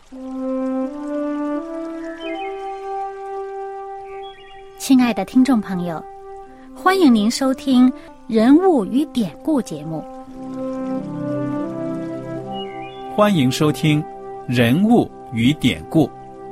亲爱的听众朋友，欢迎您收听《人物与典故》节目。 欢迎收听《人物与典故》。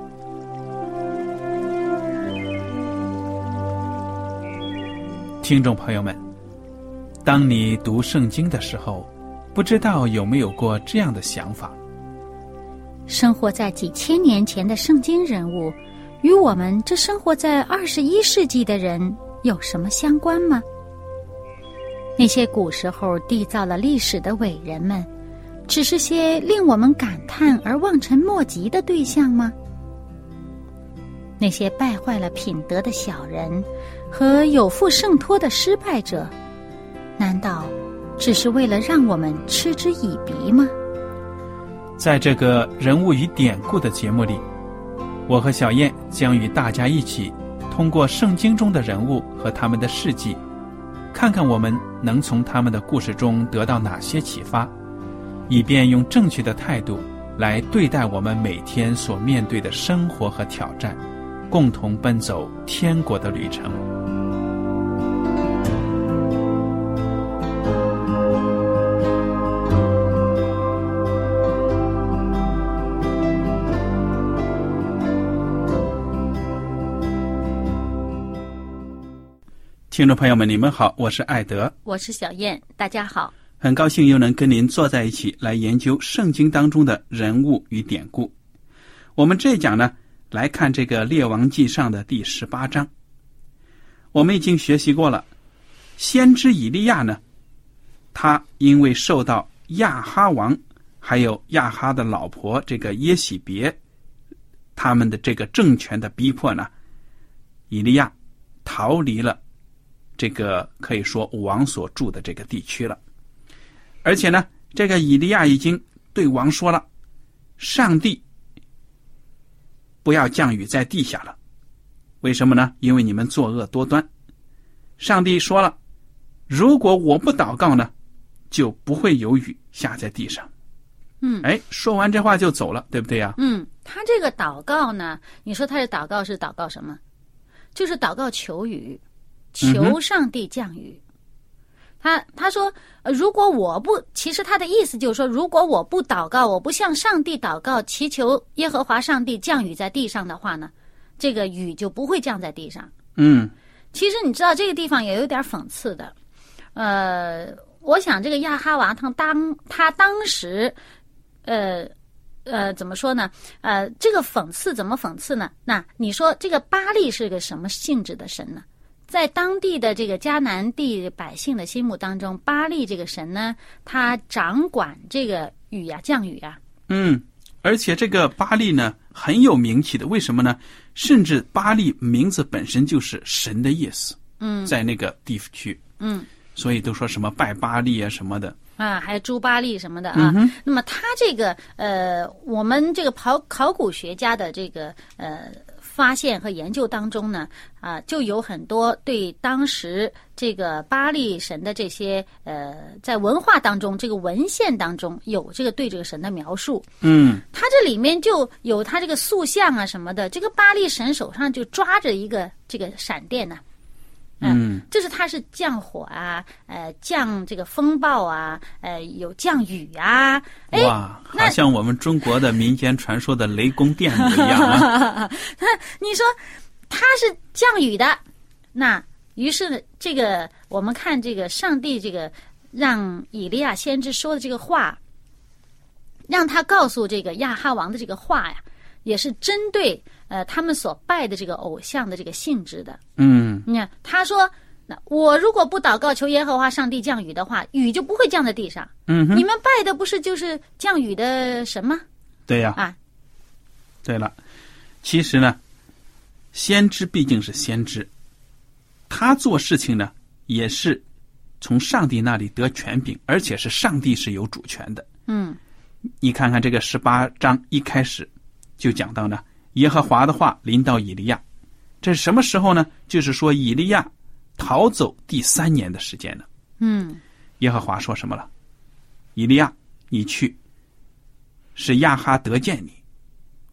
听众朋友们，当你读圣经的时候，不知道有没有过这样的想法？ 生活在几千年前的圣经人物，与我们这生活在21世纪的人有什么相关吗？那些古时候缔造了历史的伟人们，只是些令我们感叹而望尘莫及的对象吗？那些败坏了品德的小人和有负圣托的失败者，难道只是为了让我们嗤之以鼻吗？ 在这个人物与典故的节目里，我和小燕将与大家一起通过圣经中的人物和他们的事迹，看看我们能从他们的故事中得到哪些启发，以便用正确的态度来对待我们每天所面对的生活和挑战，共同奔走天国的旅程。听众朋友们，你们好，我是艾德， 我是小燕，大家好。 很高兴又能跟您坐在一起来研究圣经当中的人物与典故。我们这一讲呢，来看这个列王纪上的第18章。我们已经学习过了，先知以利亚呢，他因为受到亚哈王还有亚哈的老婆这个耶洗别他们的这个政权的逼迫呢，以利亚逃离了这个可以说王所住的这个地区了。而且呢，这个以利亚已经对王说了，上帝不要降雨在地下了。为什么呢？因为你们作恶多端。上帝说了，如果我不祷告呢，就不会有雨下在地上。说完这话就走了，对不对呀？ 他这个祷告呢，你说他是祷告什么？就是祷告求雨，求上帝降雨。他说，如果我不，其实他的意思就是说，如果我不祷告，我不向上帝祷告，祈求耶和华上帝降雨在地上的话呢，这个雨就不会降在地上。其实你知道这个地方也有点讽刺的。我想这个亚哈王他当时，怎么说呢？这个讽刺怎么讽刺呢？那你说这个巴力是个什么性质的神呢？在当地的这个迦南地百姓的心目当中，巴力这个神呢，他掌管这个雨呀，降雨啊。 而且这个巴力呢很有名气的，为什么呢？甚至巴力名字本身就是神的意思。在那个地区。所以都说什么拜巴力啊什么的啊，还有朱巴力什么的啊。那么他这个我们这个考古学家的这个发现和研究当中呢，就有很多对当时这个巴力神的这些在文化当中，这个文献当中有这个对这个神的描述。他这里面就有他这个塑像啊什么的，这个巴力神手上就抓着一个这个闪电呢。就是它是降火啊，降这个风暴啊，有降雨啊。 哇，好像我们中国的民间传说的雷公电母一样啊。 你说它是降雨的，那于是这个我们看这个上帝这个让以利亚先知说的这个话，让他告诉这个亚哈王的这个话呀，也是针对他们所拜的这个偶像的这个性质的。你看他说，那我如果不祷告求耶和华上帝降雨的话，雨就不会降在地上。你们拜的不是就是降雨的神吗？ 对呀。对了，其实呢，先知毕竟是先知，他做事情呢也是从上帝那里得权柄，而且是上帝是有主权的。你看看这个18章一开始就讲到呢，耶和华的话临到以利亚，这是什么时候呢？就是说以利亚逃走第3年的时间了。耶和华说什么了？以利亚，你去，使亚哈得见你，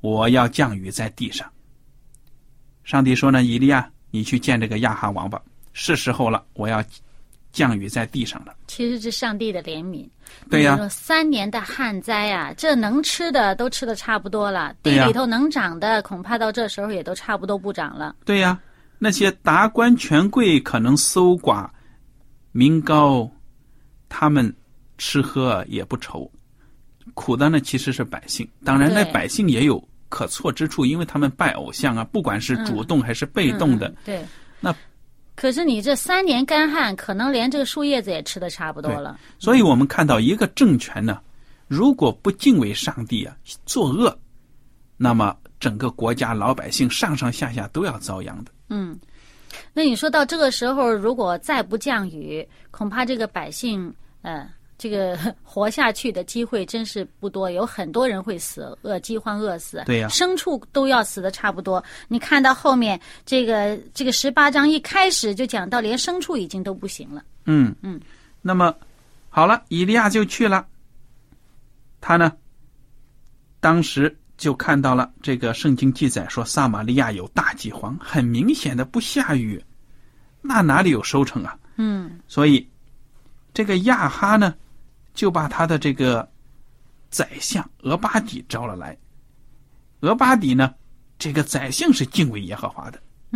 我要降雨在地上。上帝说呢，以利亚，你去见这个亚哈王吧，是时候了，我要降雨在地上了。 其实是上帝的怜悯。 对呀 ，3年的旱灾啊，这能吃的都吃的差不多了， 对呀， 地里头能长的恐怕到这时候也都差不多不长了。 对呀，那些达官权贵可能搜刮民膏，他们吃喝也不愁，苦的呢其实是百姓。当然那百姓也有可错之处，因为他们拜偶像啊，不管是主动还是被动的。 对， 那可是你这3年干旱，可能连这个树叶子也吃的差不多了。 所以我们看到一个政权呢，如果不敬畏上帝啊，作恶，那么整个国家老百姓上上下下都要遭殃的。 那你说到这个时候，如果再不降雨，恐怕这个百姓这个活下去的机会真是不多，有很多人会死，饥荒饿死。 对呀， 牲畜都要死的差不多。你看到后面这个18章一开始就讲到，连牲畜已经都不行了。 那么好了，以利亚就去了。他呢，当时就看到了这个圣经记载说，撒玛利亚有大饥荒，很明显的不下雨，那哪里有收成啊？所以这个亚哈呢，就把他的这个宰相俄巴底招了来。俄巴底呢，这个宰相是敬畏耶和华的。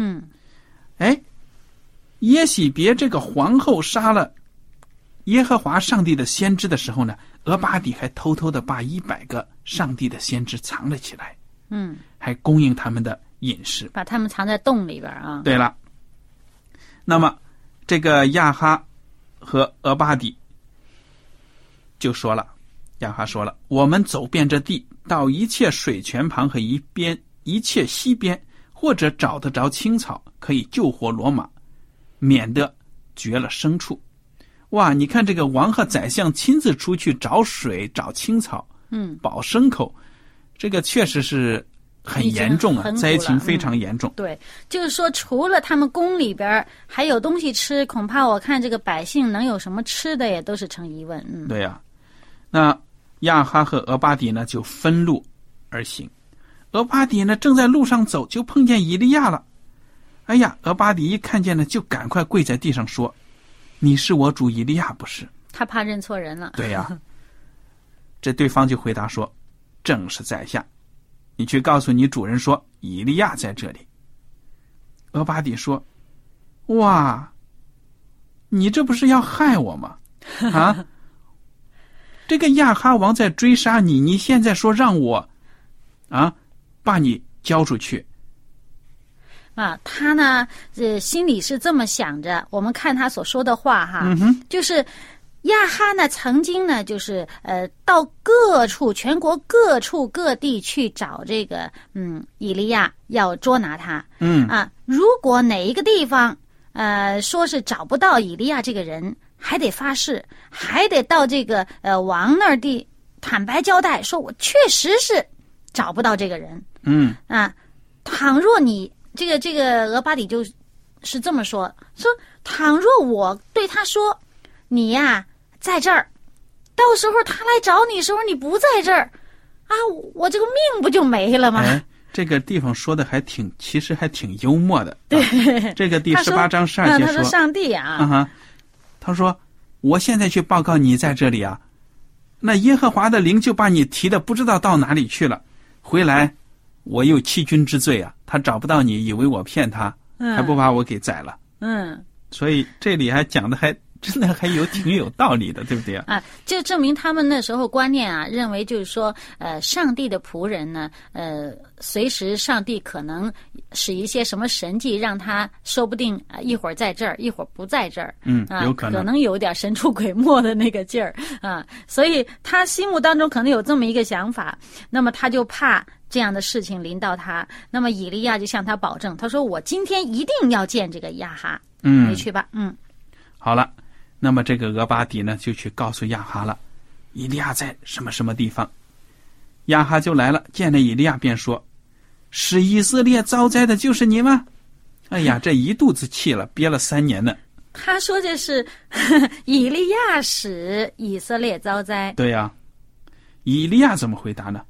耶洗别这个皇后杀了耶和华上帝的先知的时候呢，俄巴底还偷偷的把100个上帝的先知藏了起来，还供应他们的饮食， 把他们藏在洞里边啊。 对了，那么这个亚哈和俄巴底就说了，亚哈说了，我们走遍这地，到一切水泉旁和一切溪边，或者找得着青草，可以救活骡马，免得绝了牲畜。哇，你看这个王和宰相亲自出去找水找青草，保牲口，这个确实是很严重啊，灾情非常严重。 对，就是说除了他们宫里边还有东西吃，恐怕我看这个百姓能有什么吃的也都是成疑问。 对呀，那亚哈和俄巴底呢就分路而行。俄巴底呢正在路上走，就碰见以利亚了。哎呀，俄巴底一看见呢，就赶快跪在地上说，你是我主以利亚不是？ 他怕认错人了。 对呀，这对方就回答说，正是在下，你去告诉你主人说，以利亚在这里。俄巴底说，哇，你这不是要害我吗？啊，这个亚哈王在追杀你，你现在说让我把你交出去啊？他呢心里是这么想着，我们看他所说的话哈，就是亚哈呢曾经呢就是到各处全国各处各地去找这个以利亚，要捉拿他。如果哪一个地方说是找不到以利亚这个人，还得发誓，还得到这个王那儿地坦白交代，说我确实是找不到这个人。倘若你这个俄巴底就是这么说，倘若我对他说，你呀在这儿，到时候他来找你时候你不在这儿啊，我这个命不就没了吗？ 这个地方说的其实还挺幽默的。对，这个第18章12节他说上帝啊， 他说我现在去报告你在这里啊，那耶和华的灵就把你提的不知道到哪里去了，回来我有欺君之罪啊，他找不到你，以为我骗他，还不把我给宰了。所以这里还讲的真的还挺有道理的，对不对啊？ 就证明他们那时候观念啊，认为就是说，上帝的仆人呢，随时上帝可能使一些什么神迹，让他说不定一会儿在这儿，一会儿不在这儿， 有可能有点神出鬼没的那个劲儿啊，所以他心目当中可能有这么一个想法，那么他就怕这样的事情临到他，那么以利亚就向他保证，他说我今天一定要见这个亚哈，你去吧。 好了。那么这个俄巴底呢就去告诉亚哈了，以利亚在什么什么地方。亚哈就来了，见了以利亚便说，使以色列遭灾的就是你吗？哎呀，这一肚子气了，憋了3年呢。 他说这是以利亚使以色列遭灾。 对呀，以利亚怎么回答呢？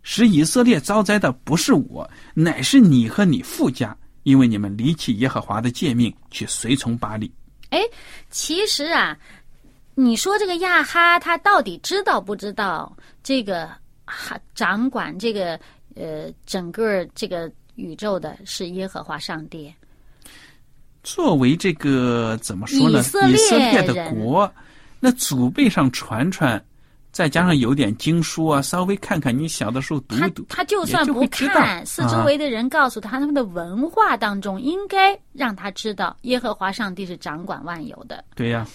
使以色列遭灾的不是我，乃是你和你父家，因为你们离弃耶和华的诫命，去随从巴力。 其实啊，你说这个亚哈他到底知道不知道这个掌管这个整个这个宇宙的是耶和华上帝？ 作为这个怎么说呢？以色列的国，那祖辈上传，再加上有点经书啊，稍微看看，你小的时候读一读， 他就算不看，四周围的人告诉他们的文化当中，应该让他知道耶和华上帝是掌管万有的。 对呀。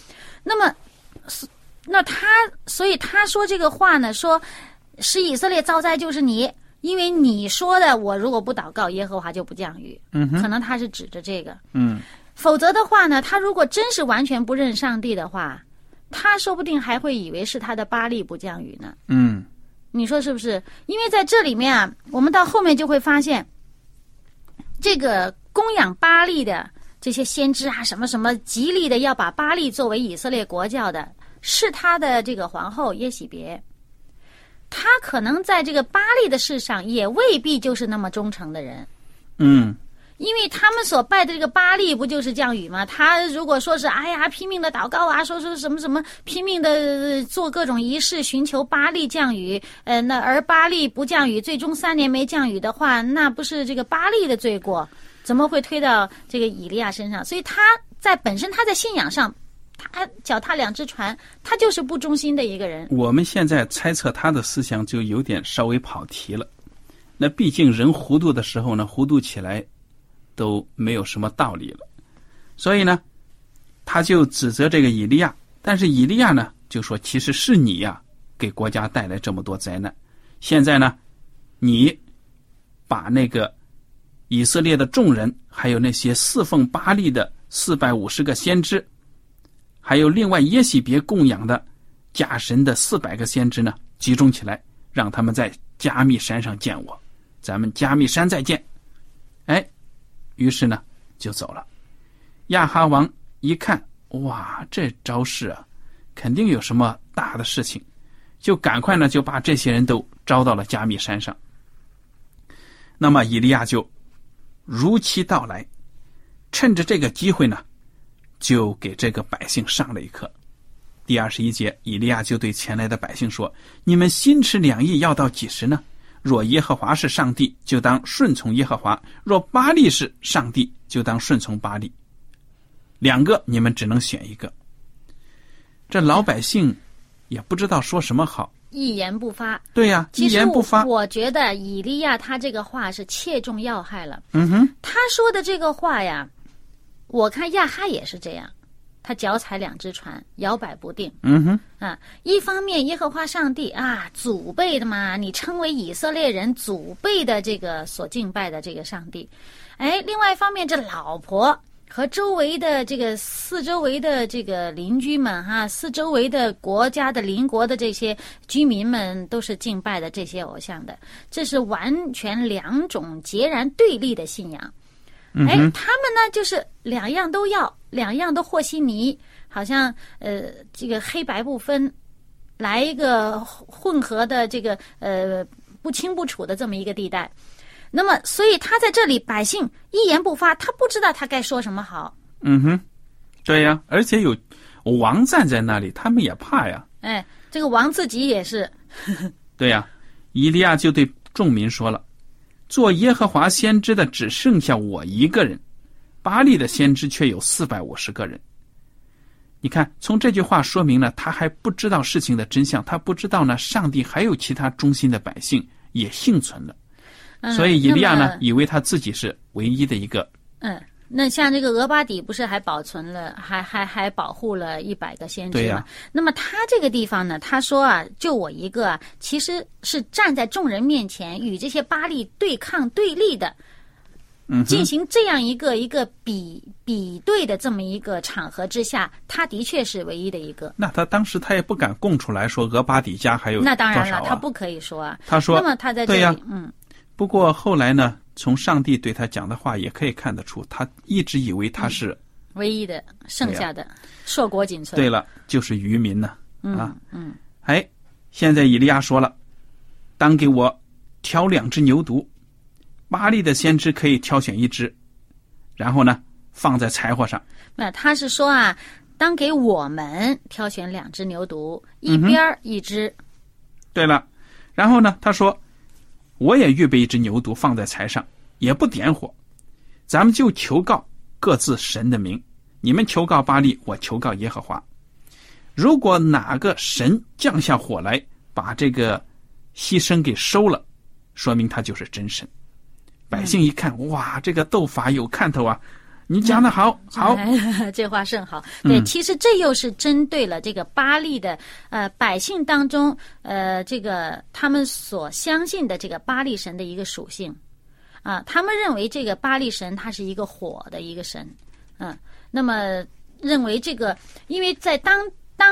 那所以他说这个话呢，说使以色列遭灾就是你，因为你说的，我如果不祷告，耶和华就不降雨。可能他是指着这个。否则的话呢，他如果真是完全不认上帝的话，他说不定还会以为是他的巴力不降雨呢。你说是不是？因为在这里面啊，我们到后面就会发现，这个供养巴力的这些先知啊，什么什么极力的要把巴力作为以色列国教的，是他的这个皇后耶洗别。他可能在这个巴力的事上也未必就是那么忠诚的人。因为他们所拜的这个巴力不就是降雨吗？他如果说是拼命的祷告啊，说是什么什么拼命的做各种仪式寻求巴力降雨，那而巴力不降雨，最终3年没降雨的话，那不是这个巴力的罪过，怎么会推到这个以利亚身上？所以他本身他在信仰上，他脚踏2只船，他就是不忠心的一个人。 我们现在猜测他的思想就有点稍微跑题了。那毕竟人糊涂的时候呢，糊涂起来都没有什么道理了，所以呢，他就指责这个以利亚，但是以利亚呢就说，其实是你呀，给国家带来这么多灾难，现在呢，你把那个以色列的众人，还有那些侍奉巴力的450个先知，还有另外耶洗别供养的假神的400个先知呢，集中起来，让他们在加密山上见我，咱们加密山再见。于是呢就走了。亚哈王一看，哇，这招式啊，肯定有什么大的事情，就赶快呢就把这些人都招到了加密山上。那么以利亚就如期到来，趁着这个机会呢，就给这个百姓上了一课。第21节，以利亚就对前来的百姓说，你们心持两意要到几时呢？若耶和华是上帝，就当顺从耶和华；若巴力是上帝，就当顺从巴力。2个你们只能选一个。这老百姓也不知道说什么好， 一言不发。 对呀，一言不发。 我觉得以利亚他这个话是切中要害了。他说的这个话呀，我看亚哈也是这样，他脚踩2只船，摇摆不定。一方面耶和华上帝啊，祖辈的嘛，你称为以色列人祖辈的这个所敬拜的这个上帝。另外一方面，这老婆和周围的这个四周围的这个邻居们四周围的国家的邻国的这些居民们都是敬拜的这些偶像的，这是完全2种截然对立的信仰。他们呢就是2样都要，2样都和稀泥，好像这个黑白不分，来一个混合的这个不清不楚的这么一个地带。那么所以他在这里百姓一言不发，他不知道他该说什么好。 对呀，而且有王站在那里，他们也怕呀。 这个王自己也是。 对呀，以利亚就对众民说了，做耶和华先知的只剩下我一个人，巴力的先知却有450个人。你看，从这句话说明了他还不知道事情的真相，他不知道呢上帝还有其他忠心的百姓也幸存了。所以以利亚呢以为他自己是唯一的一个。 那像这个俄巴底不是还保存了，还保护了100个先知吗？对呀。那么他这个地方呢，他说啊，就我一个啊，其实是站在众人面前与这些巴力对抗对立的，进行这样一个比对的这么一个场合之下，他的确是唯一的一个。 那他当时他也不敢供出来说俄巴底家还有多少啊？ 那当然了，他不可以说啊。 他说， 那么他在这里， 对呀，不过后来呢，从上帝对他讲的话也可以看得出，他一直以为他是唯一的，剩下的硕果仅存。 对了，就是渔民呢。现在以利亚说了，当给我挑2只牛犊，巴力的先知可以挑选1只，然后呢放在柴火上。 那他是说啊，当给我们挑选2只牛犊，一边1只。 对了，然后呢他说，我也预备1只牛犊放在柴上，也不点火，咱们就求告各自神的名，你们求告巴力，我求告耶和华。如果哪个神降下火来，把这个牺牲给收了，说明他就是真神。百姓一看，哇，这个斗法有看头啊，你讲得好，好， 这话甚好。对，其实这又是针对了这个巴力的百姓当中这个他们所相信的这个巴力神的一个属性啊，他们认为这个巴力神他是一个火的一个神，那么认为这个，因为在当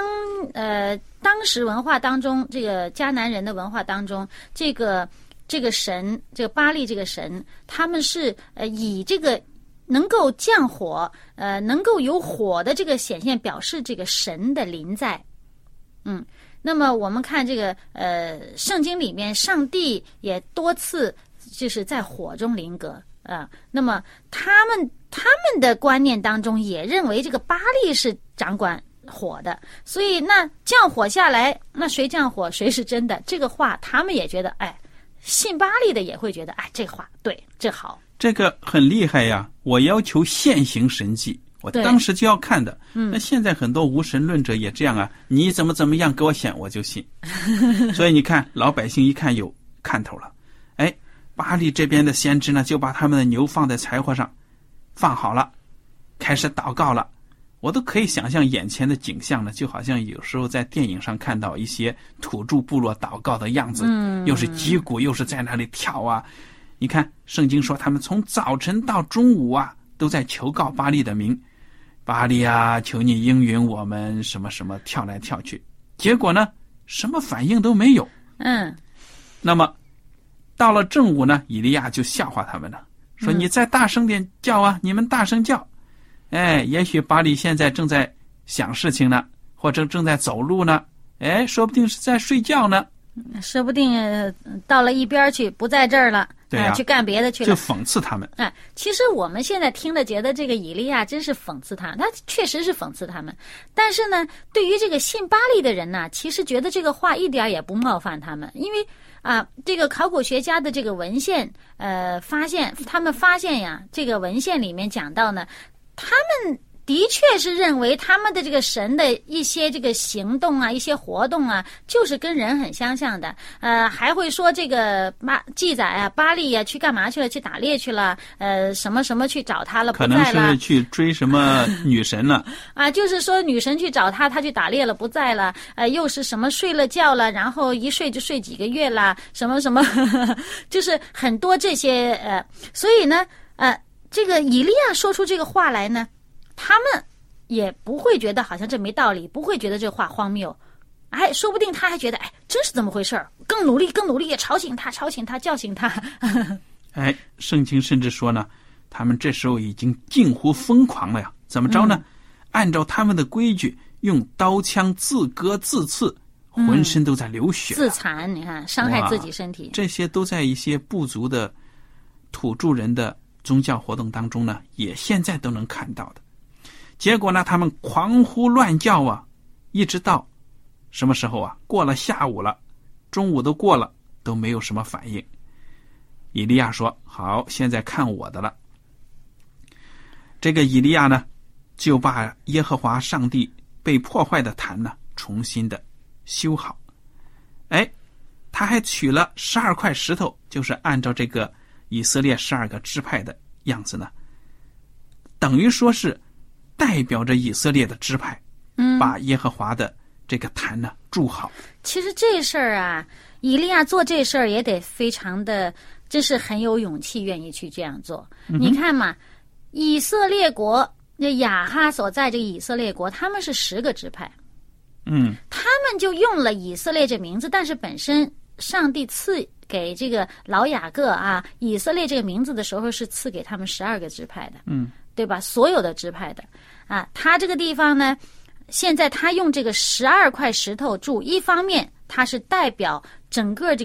时文化当中，这个迦南人的文化当中，这个神，这个巴力这个神，他们是以这个能够降火，能够有火的这个显现，表示这个神的临在。那么我们看这个圣经里面，上帝也多次就是在火中临格啊。那么他们的观念当中也认为这个巴力是掌管火的，所以那降火下来，那谁降火谁是真的，这个话他们也觉得，信巴力的也会觉得，这话对，这好， 这个很厉害呀！我要求现行神迹，我当时就要看的。那现在很多无神论者也这样啊，你怎么样给我显我就信。所以你看老百姓一看有看头了，巴力这边的先知呢，就把他们的牛放在柴火上放好了，开始祷告了。我都可以想象眼前的景象呢，就好像有时候在电影上看到一些土著部落祷告的样子，又是击鼓，又是在那里跳啊。你看圣经说他们从早晨到中午啊，都在求告巴力的名，巴力啊，求你应允我们什么什么，跳来跳去。结果呢，什么反应都没有。那么到了正午呢，以利亚就笑话他们了，说你再大声点叫啊，你们大声叫。也许巴力现在正在想事情呢，或者正在走路呢，说不定是在睡觉呢， 说不定到了一边去，不在这儿了， 对去干别的去了， 就讽刺他们。 其实我们现在听了觉得这个以利亚真是讽刺他确实是讽刺他们，但是呢，对于这个信巴力的人呢，其实觉得这个话一点也不冒犯他们，因为这个考古学家的这个文献他们发现呀，这个文献里面讲到呢，他们的确是认为他们的这个神的一些这个行动啊，一些活动啊，就是跟人很相像的。还会说这个记载啊，巴力啊去干嘛去了？去打猎去了？什么什么去找他了？不在了。 可能是去追什么女神了就是说女神去找他，他去打猎了，不在了。又是什么睡了觉了，然后一睡就睡几个月啦，什么什么，就是很多这些所以呢，这个以利亚说出这个话来呢，他们也不会觉得好像这没道理，不会觉得这话荒谬，说不定他还觉得真是这么回事儿，更努力吵醒他，叫醒他。 圣经甚至说呢，他们这时候已经近乎疯狂了呀。怎么着呢？按照他们的规矩，用刀枪自割自刺，浑身都在流血， 自残，你看伤害自己身体。 这些都在一些部族的土著人的宗教活动当中呢，也现在都能看到的。结果呢，他们狂呼乱叫啊，一直到什么时候啊？过了下午了，中午都过了，都没有什么反应。以利亚说：“好，现在看我的了。”这个以利亚呢，就把耶和华上帝被破坏的坛呢，重新的修好。他还取了12块石头，就是按照这个以色列12个支派的样子呢，等于说是代表着以色列的支派，把耶和华的这个坛呢筑好。 其实这事儿啊，以利亚做这事儿也得非常的，真是很有勇气，愿意去这样做。你看嘛，以色列国，那亚哈所在这个以色列国，他们是10个支派，他们就用了以色列这名字，但是本身上帝赐给这个老雅各以色列这个名字的时候，是赐给他们12个支派的，对吧？所有的支派的他这个地方呢，现在他用这个12块石头筑，一方面他是代表整个这个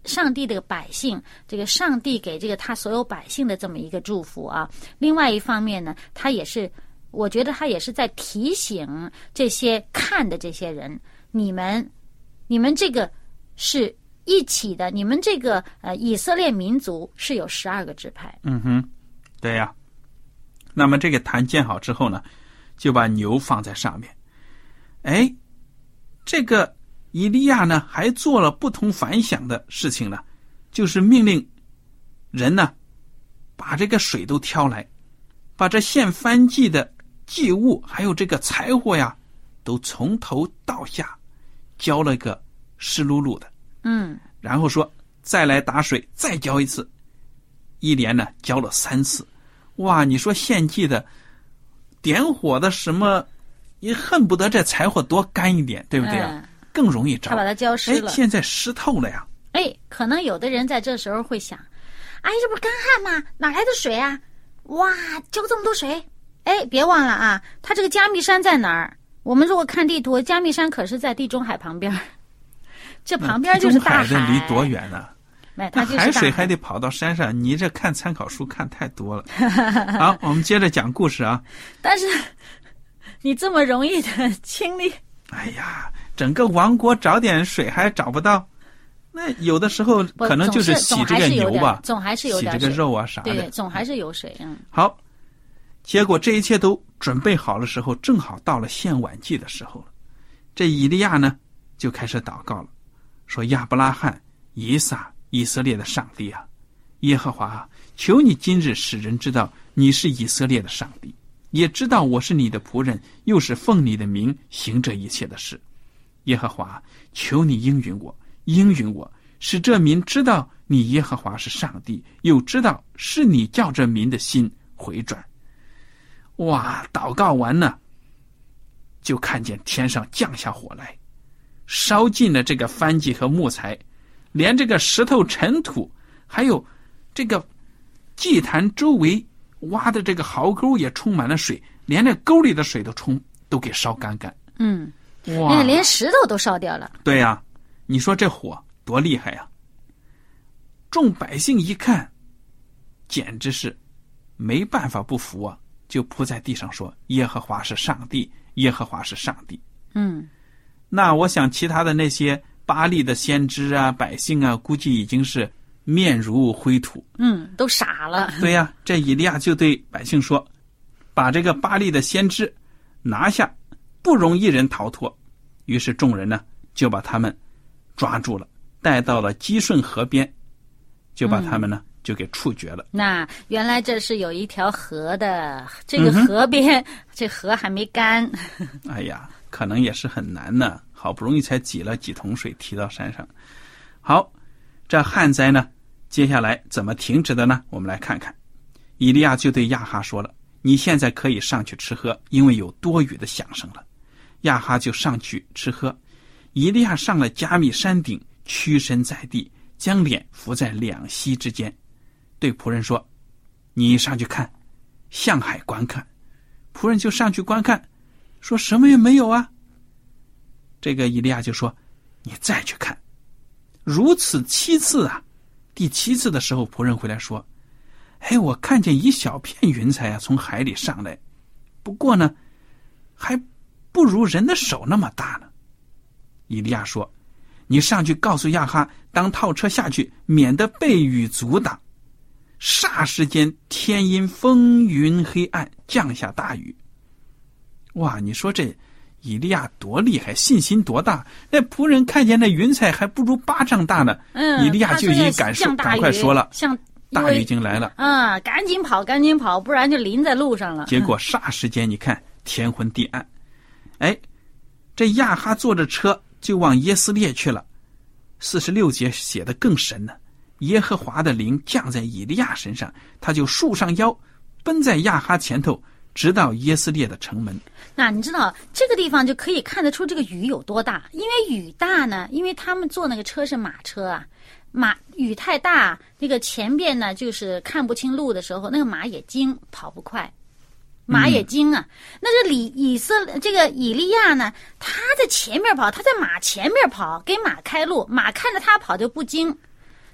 上帝的百姓，这个上帝给这个他所有百姓的这么一个祝福啊。另外一方面呢，他也是，我觉得他也是在提醒这些看的这些人，你们这个是一起的，你们这个以色列民族是有12个支派。 对呀。那么这个坛建好之后呢，就把牛放在上面。哎，这个以利亚呢还做了不同凡响的事情呢，就是命令人呢把这个水都挑来，把这献燔祭的祭物还有这个柴火呀都从头到下浇了个湿漉漉的。然后说再来打水，再浇一次，一连呢浇了3次。哇，你说献祭的点火的什么，也恨不得这柴火多干一点，对不对啊？更容易着。 他把它浇湿了。 现在湿透了呀。 可能有的人在这时候会想，这不是干旱吗？哪来的水啊？哇，浇这么多水。别忘了啊，它这个加密山在哪儿？我们如果看地图，加密山可是在地中海旁边，这旁边就是大海。 地中海离多远呢？ 它就是海水还得跑到山上，你这看参考书看太多了。好，我们接着讲故事啊。 但是你这么容易的清理， 整个王国找点水还找不到，那有的时候可能就是洗这个牛吧， 总还是有点洗这个肉啊啥的， 对，总还是有水。 好，结果这一切都准备好的时候，正好到了献晚祭的时候了。这以利亚呢就开始祷告了，说亚伯拉罕、以撒、以色列的上帝啊，耶和华啊，求你今日使人知道你是以色列的上帝，也知道我是你的仆人，又是奉你的名行这一切的事。耶和华，求你应允我，使这民知道你耶和华是上帝，又知道是你叫这民的心回转。哇，祷告完呢，就看见天上降下火来，烧尽了这个燔祭和木材，连这个石头尘土还有这个祭坛周围挖的这个壕沟也充满了水，连这沟里的水都给烧干干。哇， 连石头都烧掉了。 对呀，你说这火多厉害呀！众百姓一看，简直是没办法不服啊，就扑在地上说：耶和华是上帝，耶和华是上帝。那我想其他的那些巴力的先知啊、百姓啊，估计已经是面如灰土， 都傻了。 对呀，这以利亚就对百姓说：把这个巴力的先知拿下，不容一人逃脱。于是众人呢就把他们抓住了，带到了基顺河边，就把他们呢就给处决了。 那原来这是有一条河的，这个河边，这河还没干。 可能也是很难呢，好不容易才挤了几桶水提到山上。好，这旱灾呢接下来怎么停止的呢？我们来看看。以利亚就对亚哈说了：你现在可以上去吃喝，因为有多雨的响声了。亚哈就上去吃喝。以利亚上了加密山顶，屈身在地，将脸伏在两膝之间，对仆人说：你上去看，向海观看。仆人就上去观看，说什么也没有啊。这个以利亚就说：你再去看。如此7次啊。第7次的时候，仆人回来说：我看见一小片云彩啊从海里上来，不过呢还不如人的手那么大呢。以利亚说：你上去告诉亚哈，当套车下去，免得被雨阻挡。霎时间天阴风云黑暗，降下大雨。哇，你说这以利亚多厉害，信心多大，那仆人看见那云彩还不如巴掌大呢。以利亚就已经赶快说了，大雨已经来了赶紧跑，不然就淋在路上了。 结果霎时间你看天昏地暗。这亚哈坐着车就往耶斯列去了。46节写的更神呢，耶和华的灵降在以利亚身上，他就束上腰，奔在亚哈前头，直到耶斯列的城门。 那你知道这个地方就可以看得出这个雨有多大，因为雨大呢，因为他们坐那个车是马车啊，雨太大，那个前边呢就是看不清路的时候，那个马也惊，跑不快，马也惊啊。那这个以利亚呢，他在前面跑，他在马前面跑，给马开路，马看着他跑就不惊。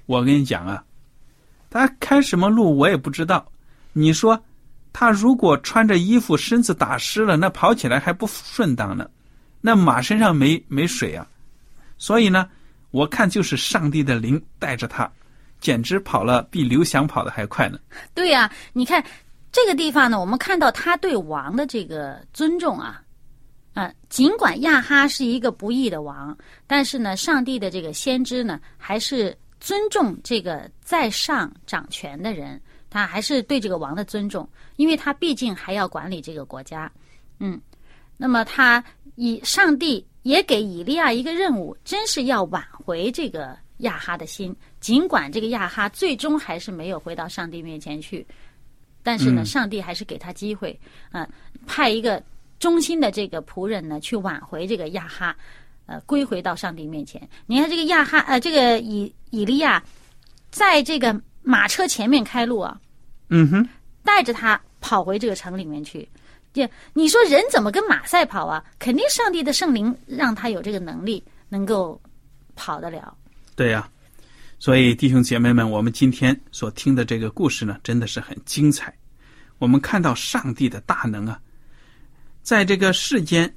我跟你讲啊，他开什么路我也不知道。你说他如果穿着衣服身子打湿了，那跑起来还不顺当呢，那马身上没水啊。所以呢，我看就是上帝的灵带着他，简直跑了比刘翔跑的还快呢。 对呀，你看这个地方呢，我们看到他对王的这个尊重啊，尽管亚哈是一个不义的王，但是呢，上帝的这个先知呢，还是尊重这个在上掌权的人，他还是对这个王的尊重，因为他毕竟还要管理这个国家。那么上帝也给以利亚一个任务，真是要挽回这个亚哈的心，尽管这个亚哈最终还是没有回到上帝面前去，但是呢，上帝还是给他机会，派一个忠心的这个仆人呢，去挽回这个亚哈，归回到上帝面前。你看这个亚哈，这个以利亚，在这个马车前面开路啊，带着他跑回这个城里面去。你说人怎么跟马赛跑啊？肯定上帝的圣灵让他有这个能力，能够跑得了。 对呀，所以弟兄姐妹们，我们今天所听的这个故事呢，真的是很精彩。我们看到上帝的大能啊，在这个世间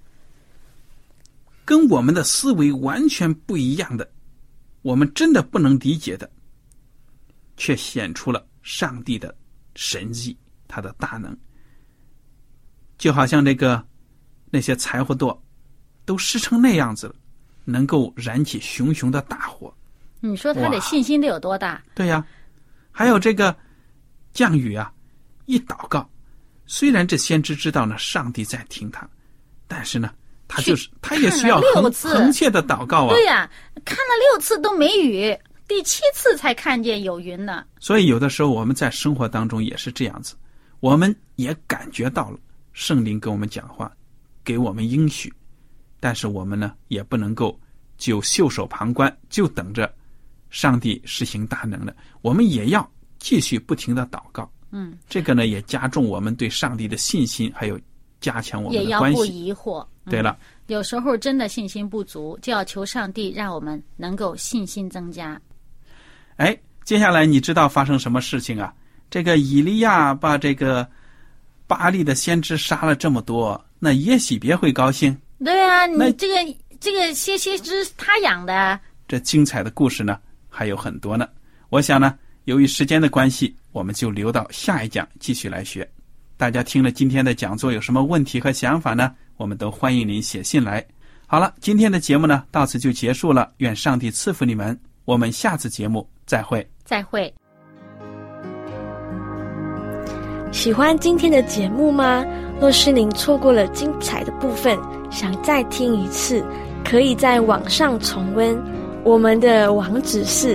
跟我们的思维完全不一样的，我们真的不能理解的，却显出了上帝的神迹，他的大能。就好像那些柴火垛都湿成那样子了，能够燃起熊熊的大火。 你说他的信心得有多大？ 对呀，还有这个降雨啊，一祷告，虽然这先知知道呢上帝在听他，但是呢他也需要恒切的祷告啊。 对呀，看了6次都没雨，第7次才看见有云呢。 所以有的时候我们在生活当中也是这样子，我们也感觉到了圣灵跟我们讲话，给我们应许，但是我们呢也不能够就袖手旁观，就等着上帝实行大能了。我们也要继续不停的祷告。这个呢也加重我们对上帝的信心，还有加强我们的关系。 也要不疑惑。 对了， 有时候真的信心不足，就要求上帝让我们能够信心增加。 接下来你知道发生什么事情啊？这个以利亚把这个巴力的先知杀了这么多，那耶洗别会高兴？ 对啊，你这个先知他养的。 这精彩的故事呢还有很多呢。我想呢，由于时间的关系，我们就留到下一讲继续来学。大家听了今天的讲座有什么问题和想法呢？我们都欢迎您写信来。好了，今天的节目呢到此就结束了，愿上帝赐福你们，我们下次节目再会。 再会。 喜欢今天的节目吗？若是您错过了精彩的部分，想再听一次，可以在网上重温。我们的网址是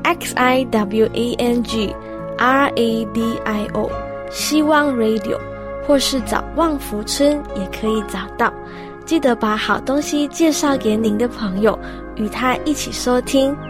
xiwangradio 希望 radio， 或是找旺福村也可以找到。记得把好东西介绍给您的朋友，与他一起收听。